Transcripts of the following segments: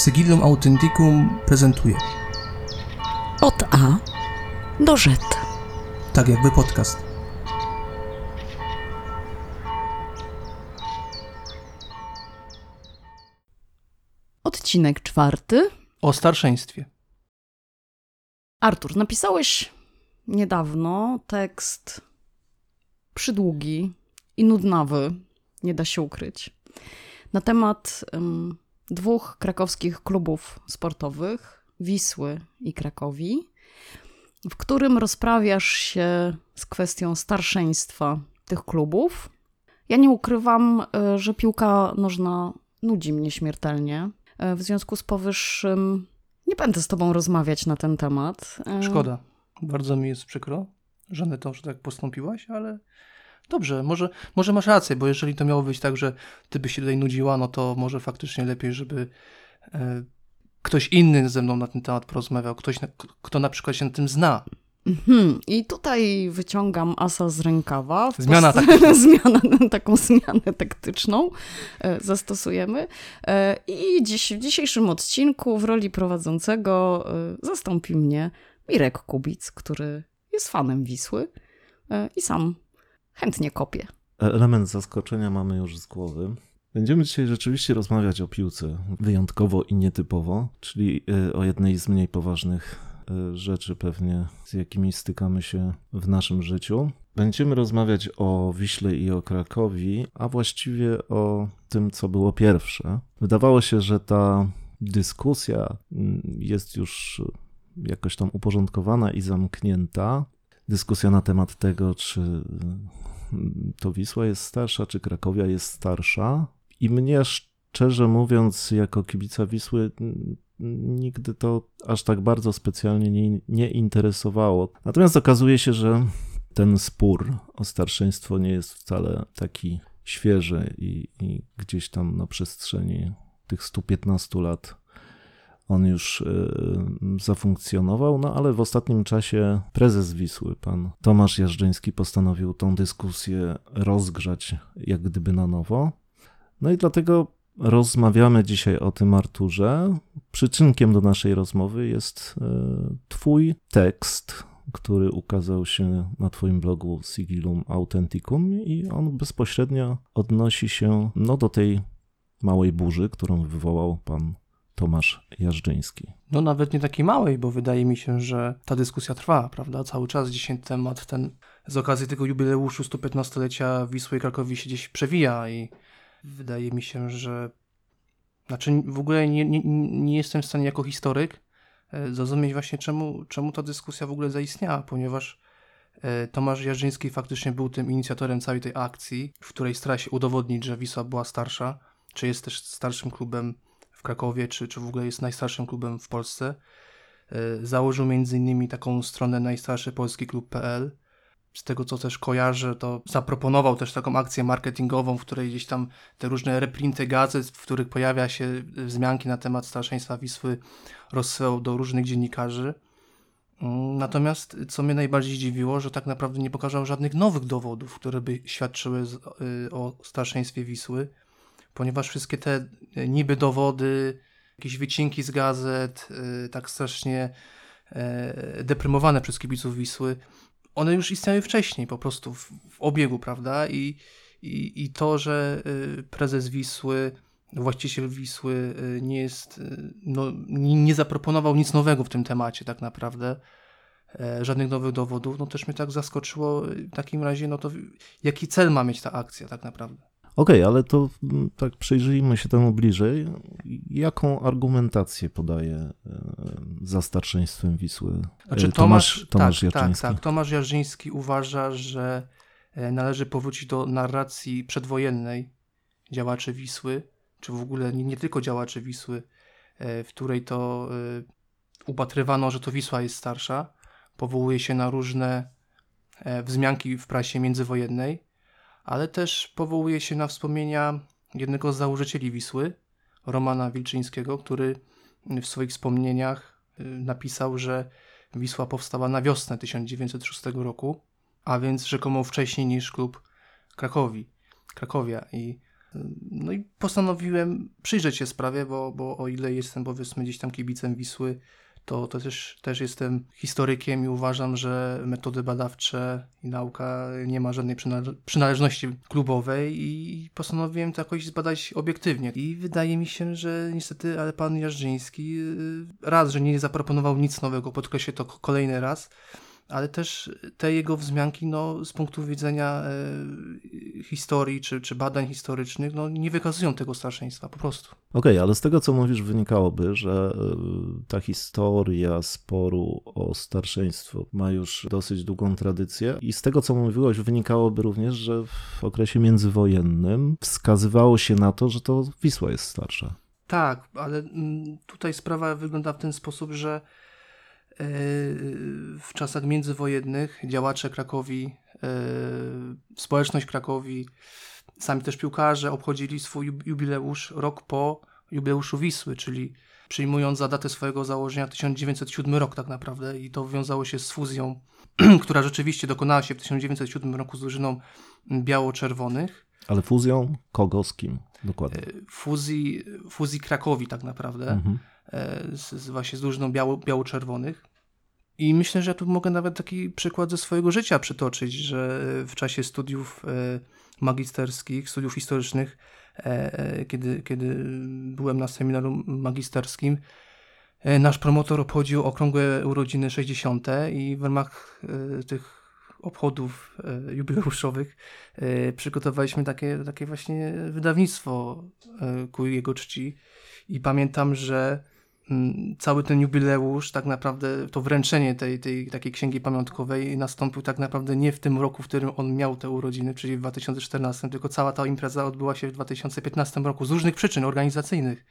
Sigillum Authenticum prezentuje Od A do Z. Tak jakby podcast. Odcinek 4. O starszeństwie. Artur, napisałeś niedawno tekst przydługi i nudnawy, nie da się ukryć, na temat dwóch krakowskich klubów sportowych, Wisły i Krakowi, w którym rozprawiasz się z kwestią starszeństwa tych klubów. Ja nie ukrywam, że piłka nożna nudzi mnie śmiertelnie. W związku z powyższym nie będę z tobą rozmawiać na ten temat. Szkoda. Bardzo mi jest przykro, Żaneto, że tak postąpiłaś, ale dobrze, może masz rację, bo jeżeli to miało być tak, że ty byś się tutaj nudziła, no to może faktycznie lepiej, żeby ktoś inny ze mną na ten temat porozmawiał, ktoś, kto na przykład się na tym zna. I tutaj wyciągam asa z rękawa. Taką zmianę taktyczną zastosujemy. I w dzisiejszym odcinku w roli prowadzącego zastąpi mnie Mirek Kubic, który jest fanem Wisły i sam chętnie kopie. Element zaskoczenia mamy już z głowy. Będziemy dzisiaj rzeczywiście rozmawiać o piłce wyjątkowo i nietypowo, czyli o jednej z mniej poważnych rzeczy pewnie, z jakimi stykamy się w naszym życiu. Będziemy rozmawiać o Wiśle i o Krakowi, a właściwie o tym, co było pierwsze. Wydawało się, że ta dyskusja jest już jakoś tam uporządkowana i zamknięta. Dyskusja na temat tego, czy to Wisła jest starsza, czy Krakowia jest starsza. I mnie, szczerze mówiąc, jako kibica Wisły nigdy to aż tak bardzo specjalnie nie interesowało. Natomiast okazuje się, że ten spór o starszeństwo nie jest wcale taki świeży i gdzieś tam na przestrzeni tych 115 lat on już zafunkcjonował, no ale w ostatnim czasie prezes Wisły, pan Tomasz Jarzyński, postanowił tą dyskusję rozgrzać jak gdyby na nowo. No i dlatego rozmawiamy dzisiaj o tym, Arturze. Przyczynkiem do naszej rozmowy jest twój tekst, który ukazał się na twoim blogu Sigillum Authenticum i on bezpośrednio odnosi się do tej małej burzy, którą wywołał pan Tomasz Jarzyński. No nawet nie takiej małej, bo wydaje mi się, że ta dyskusja trwa, prawda? Cały czas dzisiaj temat ten z okazji tego jubileuszu 115-lecia Wisły i Krakowi się gdzieś przewija i wydaje mi się, że w ogóle nie jestem w stanie jako historyk zrozumieć właśnie czemu ta dyskusja w ogóle zaistniała, ponieważ Tomasz Jarzyński faktycznie był tym inicjatorem całej tej akcji, w której stara się udowodnić, że Wisła była starsza, czy jest też starszym klubem w Krakowie, czy w ogóle jest najstarszym klubem w Polsce. Założył m.in. taką stronę najstarszepolskiklub.pl. Z tego, co też kojarzę, to zaproponował też taką akcję marketingową, w której gdzieś tam te różne reprinty gazet, w których pojawia się wzmianki na temat starszeństwa Wisły, rozsyłał do różnych dziennikarzy. Natomiast, co mnie najbardziej dziwiło, że tak naprawdę nie pokazał żadnych nowych dowodów, które by świadczyły o starszeństwie Wisły, ponieważ wszystkie te niby dowody, jakieś wycinki z gazet, tak strasznie deprymowane przez kibiców Wisły, one już istniały wcześniej po prostu w obiegu, prawda? I to, że prezes Wisły, właściciel Wisły nie zaproponował nic nowego w tym temacie tak naprawdę, żadnych nowych dowodów, no też mnie tak zaskoczyło. W takim razie, no to jaki cel ma mieć ta akcja tak naprawdę? Okej, ale to tak przyjrzyjmy się temu bliżej. Jaką argumentację podaje za starszeństwem Wisły Tomasz Jarzyński? Tak. Tomasz Jarzyński uważa, że należy powrócić do narracji przedwojennej działaczy Wisły, czy w ogóle nie tylko działaczy Wisły, w której to upatrywano, że to Wisła jest starsza. Powołuje się na różne wzmianki w prasie międzywojennej, ale też powołuje się na wspomnienia jednego z założycieli Wisły, Romana Wilczyńskiego, który w swoich wspomnieniach napisał, że Wisła powstała na wiosnę 1906 roku, a więc rzekomo wcześniej niż klub Krakowia. I No i postanowiłem przyjrzeć się sprawie, bo o ile jestem, powiedzmy, gdzieś tam kibicem Wisły, to też jestem historykiem i uważam, że metody badawcze i nauka nie ma żadnej przynależności klubowej i postanowiłem to jakoś zbadać obiektywnie. I wydaje mi się, że niestety, ale pan Jarzyński raz, że nie zaproponował nic nowego, podkreślę to kolejny raz, ale też te jego wzmianki, no, z punktu widzenia historii czy badań historycznych, no, nie wykazują tego starszeństwa, po prostu. Okej, ale z tego, co mówisz, wynikałoby, że ta historia sporu o starszeństwo ma już dosyć długą tradycję i z tego, co mówiłeś, wynikałoby również, że w okresie międzywojennym wskazywało się na to, że to Wisła jest starsza. Tak, ale tutaj sprawa wygląda w ten sposób, że w czasach międzywojennych działacze Krakowi, społeczność Krakowi, sami też piłkarze obchodzili swój jubileusz rok po jubileuszu Wisły, czyli przyjmując za datę swojego założenia 1907 rok tak naprawdę i to wiązało się z fuzją, która rzeczywiście dokonała się w 1907 roku z drużyną biało-czerwonych. Ale fuzją kogo z kim dokładnie? Fuzji Krakowi tak naprawdę, właśnie z drużyną biało-czerwonych. I myślę, że tu mogę nawet taki przykład ze swojego życia przytoczyć, że w czasie studiów magisterskich, studiów historycznych, kiedy byłem na seminarium magisterskim, nasz promotor obchodził okrągłe urodziny 60. i w ramach tych obchodów jubileuszowych przygotowaliśmy takie właśnie wydawnictwo ku jego czci i pamiętam, że cały ten jubileusz, tak naprawdę to wręczenie tej takiej księgi pamiątkowej nastąpił tak naprawdę nie w tym roku, w którym on miał te urodziny, czyli w 2014, tylko cała ta impreza odbyła się w 2015 roku z różnych przyczyn organizacyjnych.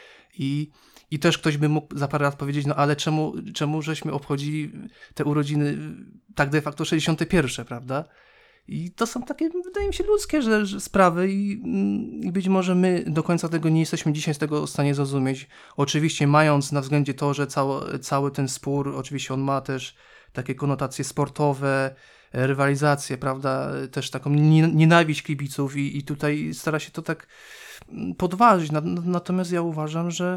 I też ktoś by mógł za parę lat powiedzieć, no ale czemu żeśmy obchodzili te urodziny tak de facto 61, prawda? I to są takie, wydaje mi się, ludzkie że sprawy i być może my do końca tego nie jesteśmy dzisiaj z tego w stanie zrozumieć. Oczywiście mając na względzie to, że cały ten spór, oczywiście on ma też takie konotacje sportowe, rywalizację, prawda, też taką nienawiść kibiców i tutaj stara się to tak podważyć. Natomiast ja uważam, że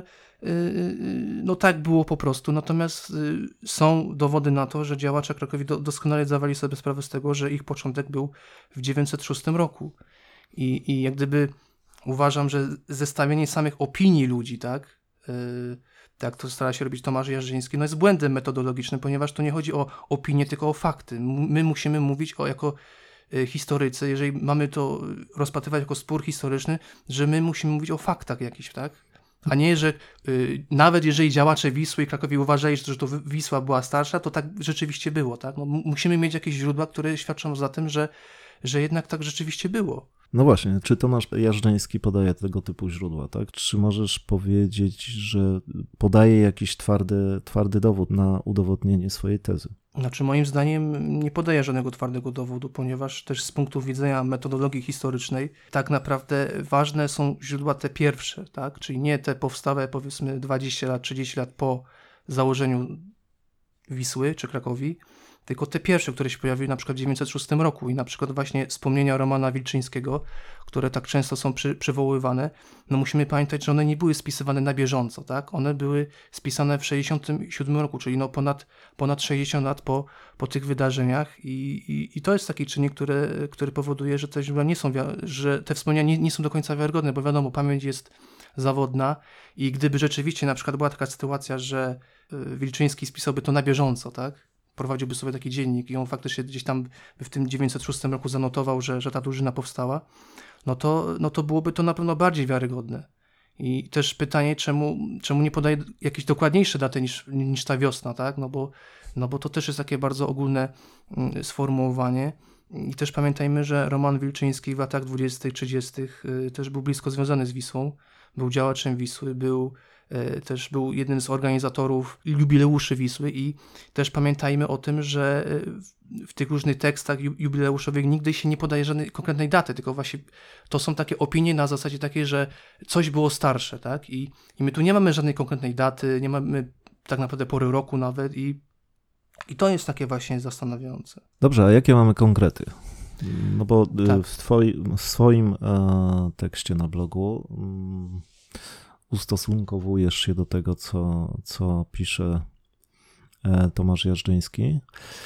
no tak było po prostu, natomiast są dowody na to, że działacze Krakowi doskonale zdawali sobie sprawę z tego, że ich początek był w 906 roku i jak gdyby uważam, że zestawienie samych opinii ludzi, tak, tak to stara się robić Tomasz Jarzyński, no jest błędem metodologicznym, ponieważ to nie chodzi o opinie, tylko o fakty. My musimy mówić jako historycy, jeżeli mamy to rozpatrywać jako spór historyczny, że my musimy mówić o faktach jakichś, tak? A nie, że nawet jeżeli działacze Wisły i Krakowi uważali, że to Wisła była starsza, to tak rzeczywiście było, tak? No, musimy mieć jakieś źródła, które świadczą za tym, że jednak tak rzeczywiście było. No właśnie, czy Tomasz Jarzyński podaje tego typu źródła, tak? Czy możesz powiedzieć, że podaje jakiś twardy dowód na udowodnienie swojej tezy? Znaczy moim zdaniem nie podaje żadnego twardego dowodu, ponieważ też z punktu widzenia metodologii historycznej tak naprawdę ważne są źródła te pierwsze, tak? Czyli nie te powstałe powiedzmy 20 lat, 30 lat po założeniu Wisły czy Krakowi, tylko te pierwsze, które się pojawiły na przykład w 1906 roku i na przykład właśnie wspomnienia Romana Wilczyńskiego, które tak często są przywoływane, no musimy pamiętać, że one nie były spisywane na bieżąco, tak? One były spisane w 1967 roku, czyli no ponad 60 lat po tych wydarzeniach i to jest taki czynnik, który powoduje, że te źródła nie są, że te wspomnienia nie są do końca wiarygodne, bo wiadomo, pamięć jest zawodna i gdyby rzeczywiście na przykład była taka sytuacja, że Wilczyński spisałby to na bieżąco, tak? Prowadziłby sobie taki dziennik i on faktycznie gdzieś tam w tym 906 roku zanotował, że ta drużyna powstała, no to byłoby to na pewno bardziej wiarygodne. I też pytanie, czemu nie podaje jakieś dokładniejsze daty niż ta wiosna, tak? No bo to też jest takie bardzo ogólne sformułowanie. I też pamiętajmy, że Roman Wilczyński w latach 20., 30. też był blisko związany z Wisłą, był działaczem Wisły, też był jednym z organizatorów jubileuszy Wisły i też pamiętajmy o tym, że w tych różnych tekstach jubileuszowych nigdy się nie podaje żadnej konkretnej daty, tylko właśnie to są takie opinie na zasadzie takiej, że coś było starsze, tak? I my tu nie mamy żadnej konkretnej daty, nie mamy tak naprawdę pory roku nawet i to jest takie właśnie zastanawiające. Dobrze, a jakie mamy konkrety? No bo Tak. w swoim tekście na blogu ustosunkowujesz się do tego, co pisze Tomasz Jarzyński.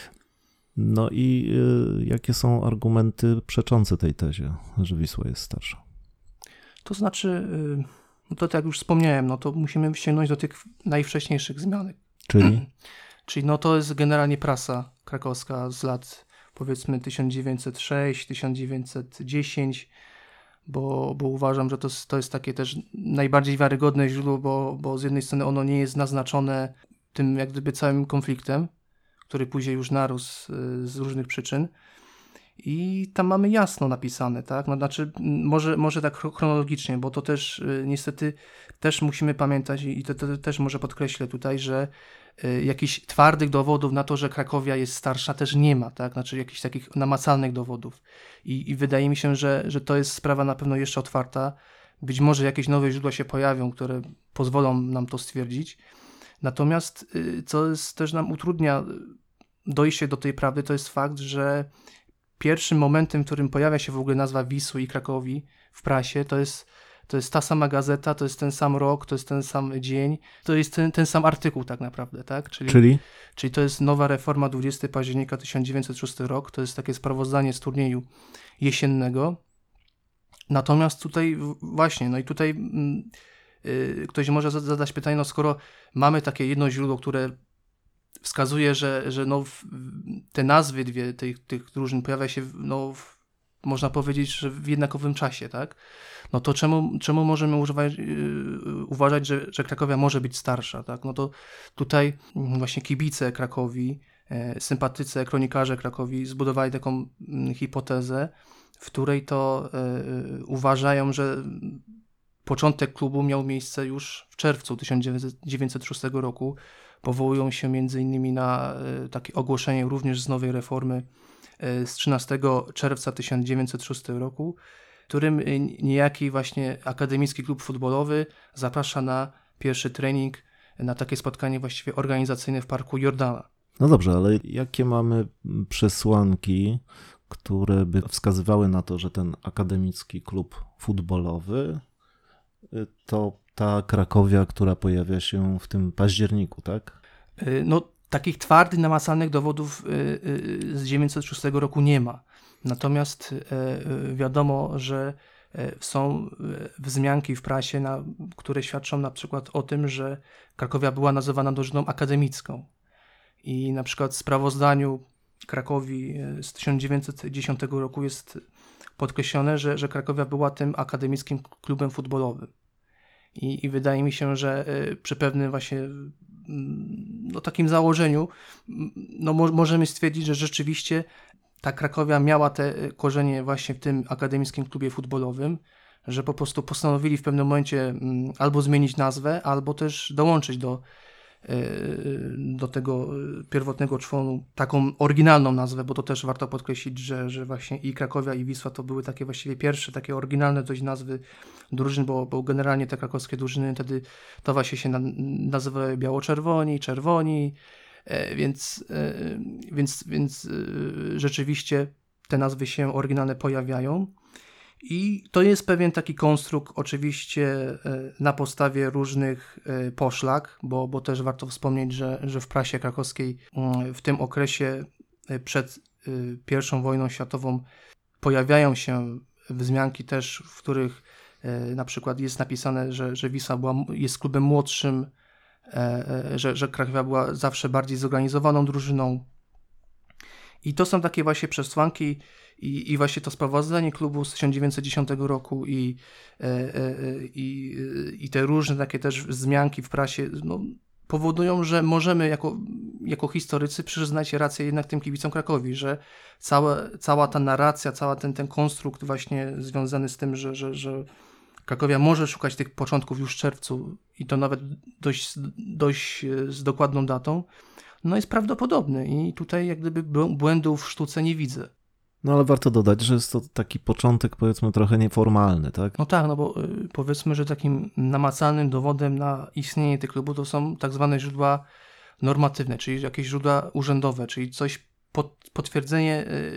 No i jakie są argumenty przeczące tej tezie, że Wisła jest starsza? To znaczy, no to tak jak już wspomniałem, no to musimy sięgnąć do tych najwcześniejszych zmianek. Czyli? Czyli no to jest generalnie prasa krakowska z lat powiedzmy 1906, 1910, bo uważam, że to jest takie też najbardziej wiarygodne źródło, bo z jednej strony ono nie jest naznaczone tym jak gdyby całym konfliktem, który później już narósł z różnych przyczyn. I tam mamy jasno napisane, tak? No, znaczy, może tak chronologicznie, bo to też niestety też musimy pamiętać i to też może podkreślę tutaj, że jakichś twardych dowodów na to, że Krakowia jest starsza też nie ma, tak? Znaczy jakichś takich namacalnych dowodów. I wydaje mi się, że to jest sprawa na pewno jeszcze otwarta. Być może jakieś nowe źródła się pojawią, które pozwolą nam to stwierdzić. Natomiast co jest, też nam utrudnia dojście do tej prawdy, to jest fakt, że pierwszym momentem, w którym pojawia się w ogóle nazwa Wisły i Krakowi w prasie, to jest ta sama gazeta, to jest ten sam rok, to jest ten sam dzień, to jest ten sam artykuł tak naprawdę, tak? Czyli to jest Nowa Reforma 20 października 1906 rok, to jest takie sprawozdanie z turnieju jesiennego. Natomiast tutaj właśnie, no i tutaj ktoś może zadać pytanie, no skoro mamy takie jedno źródło, które wskazuje, że no te nazwy dwie tych drużyn pojawia się można powiedzieć, że w jednakowym czasie, tak? No to czemu możemy uważać, że Krakowia może być starsza, tak? No to tutaj właśnie kibice Krakowi, sympatycy, kronikarze Krakowi zbudowali taką hipotezę, w której to uważają, że początek klubu miał miejsce już w czerwcu 1906 roku. Powołują się m.in. na takie ogłoszenie również z nowej reformy z 13 czerwca 1906 roku, którym niejaki właśnie akademicki klub futbolowy zaprasza na pierwszy trening, na takie spotkanie właściwie organizacyjne w Parku Jordana. No dobrze, ale jakie mamy przesłanki, które by wskazywały na to, że ten akademicki klub futbolowy to ta Krakowia, która pojawia się w tym październiku, tak? No, takich twardych, namacalnych dowodów z 1906 roku nie ma. Natomiast wiadomo, że są wzmianki w prasie, które świadczą na przykład o tym, że Krakowia była nazywana drużyną akademicką. I na przykład w sprawozdaniu Krakowi z 1910 roku jest podkreślone, że Krakowia była tym akademickim klubem futbolowym. I wydaje mi się, że przy pewnym właśnie takim założeniu możemy stwierdzić, że rzeczywiście ta Krakowia miała te korzenie właśnie w tym akademickim klubie futbolowym, że po prostu postanowili w pewnym momencie albo zmienić nazwę, albo też dołączyć do tego pierwotnego czwonu taką oryginalną nazwę, bo to też warto podkreślić, że właśnie i Krakowia, i Wisła to były takie właściwie pierwsze, takie oryginalne dość nazwy drużyn, bo generalnie te krakowskie drużyny wtedy to właśnie się nazywały biało-czerwoni, czerwoni, więc rzeczywiście te nazwy się oryginalne pojawiają. I to jest pewien taki konstrukt oczywiście na podstawie różnych poszlak, bo też warto wspomnieć, że w prasie krakowskiej w tym okresie przed I wojną światową pojawiają się wzmianki też, w których na przykład jest napisane, że Wisła jest klubem młodszym, że Krakowia była zawsze bardziej zorganizowaną drużyną. I to są takie właśnie przesłanki i właśnie to sprawozdanie klubu z 1910 roku i te różne takie też wzmianki w prasie powodują, że możemy jako historycy przyznać rację jednak tym kibicom Krakowi, że cała ta narracja, cały ten konstrukt właśnie związany z tym, że Krakowia może szukać tych początków już w czerwcu i to nawet dość z dokładną datą, jest prawdopodobny i tutaj jak gdyby błędów w sztuce nie widzę. No ale warto dodać, że jest to taki początek powiedzmy trochę nieformalny, tak? No tak, bo powiedzmy, że takim namacalnym dowodem na istnienie tych klubów to są tak zwane źródła normatywne, czyli jakieś źródła urzędowe, czyli coś potwierdzenie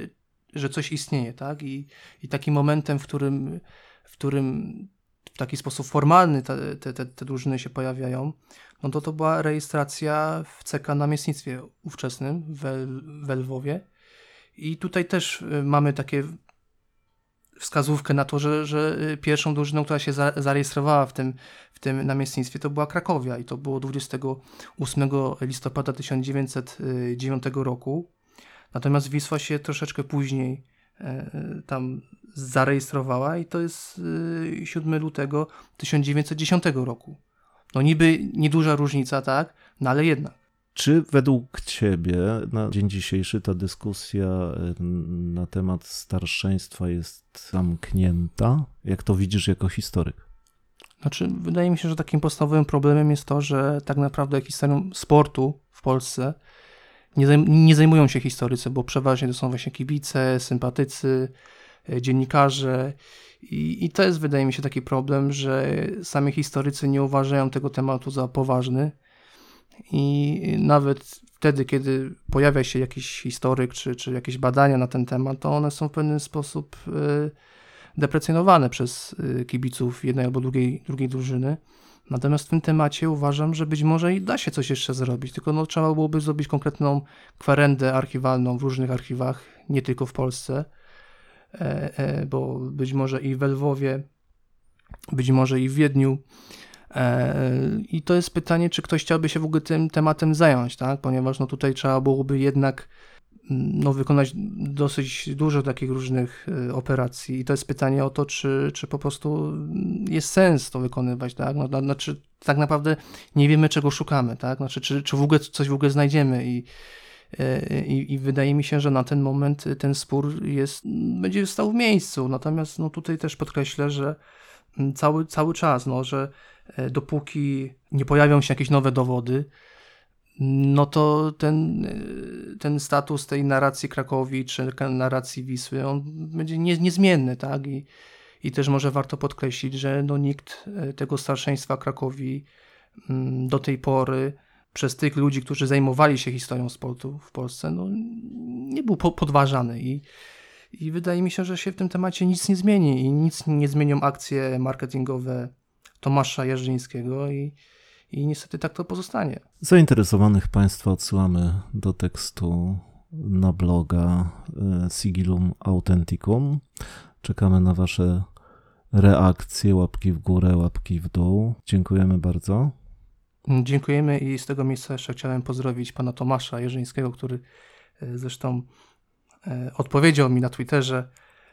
że coś istnieje, tak? I takim momentem, w którym w taki sposób formalny te drużyny się pojawiają, no to była rejestracja w CK Namiestnictwie ówczesnym w Lwowie. I tutaj też mamy takie wskazówkę na to, że pierwszą drużyną, która się zarejestrowała w tym namiestnictwie, to była Krakowia i to było 28 listopada 1909 roku. Natomiast Wisła się troszeczkę później tam zarejestrowała i to jest 7 lutego 1910 roku. No niby nieduża różnica, tak? No ale jednak. Czy według ciebie na dzień dzisiejszy ta dyskusja na temat starszeństwa jest zamknięta? Jak to widzisz jako historyk? Znaczy, wydaje mi się, że takim podstawowym problemem jest to, że tak naprawdę historią sportu w Polsce nie zajmują się historycy, bo przeważnie to są właśnie kibice, sympatycy, dziennikarze i to jest, wydaje mi się, taki problem, że sami historycy nie uważają tego tematu za poważny i nawet wtedy, kiedy pojawia się jakiś historyk czy jakieś badania na ten temat, to one są w pewien sposób deprecjonowane przez kibiców jednej albo drugiej drużyny. Natomiast w tym temacie uważam, że być może i da się coś jeszcze zrobić, tylko trzeba byłoby zrobić konkretną kwerendę archiwalną w różnych archiwach, nie tylko w Polsce, bo być może i w Lwowie, być może i w Wiedniu. I to jest pytanie, czy ktoś chciałby się w ogóle tym tematem zająć, tak? Ponieważ tutaj trzeba byłoby jednak wykonać dosyć dużo takich różnych operacji i to jest pytanie o to, czy po prostu jest sens to wykonywać, tak? Znaczy, tak naprawdę nie wiemy, czego szukamy, tak? Znaczy, czy w ogóle coś znajdziemy i wydaje mi się, że na ten moment ten spór będzie stał w miejscu, natomiast tutaj też podkreślę, że cały czas, że dopóki nie pojawią się jakieś nowe dowody, no to ten status tej narracji Krakowi czy narracji Wisły, on będzie niezmienny, tak? I też może warto podkreślić, że nikt tego starszeństwa Krakowi do tej pory przez tych ludzi, którzy zajmowali się historią sportu w Polsce, nie był podważany i wydaje mi się, że się w tym temacie nic nie zmieni i nic nie zmienią akcje marketingowe Tomasza Jarzyńskiego i niestety tak to pozostanie. Zainteresowanych Państwa odsyłamy do tekstu na bloga Sigillum Authenticum. Czekamy na Wasze reakcje, łapki w górę, łapki w dół. Dziękujemy bardzo. Dziękujemy i z tego miejsca jeszcze chciałem pozdrowić pana Tomasza Jarzyńskiego, który zresztą odpowiedział mi na Twitterze,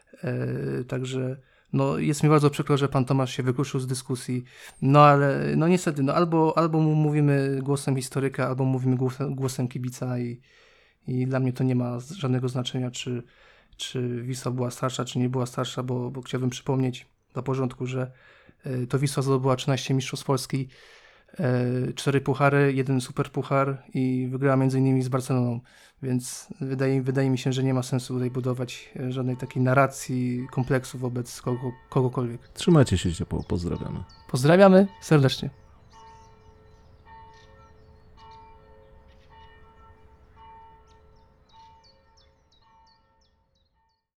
także jest mi bardzo przykro, że pan Tomasz się wykluczył z dyskusji, ale niestety, albo mówimy głosem historyka, albo mówimy głosem kibica i dla mnie to nie ma żadnego znaczenia, czy Wisła była starsza, czy nie była starsza, bo chciałbym przypomnieć dla porządku, że to Wisła zdobyła 13 mistrzostw Polski, 4 puchary, 1 superpuchar i wygrała m.in. z Barceloną, więc wydaje mi się, że nie ma sensu tutaj budować żadnej takiej narracji, kompleksu wobec kogokolwiek. Trzymajcie się ciepło, pozdrawiamy. Pozdrawiamy serdecznie.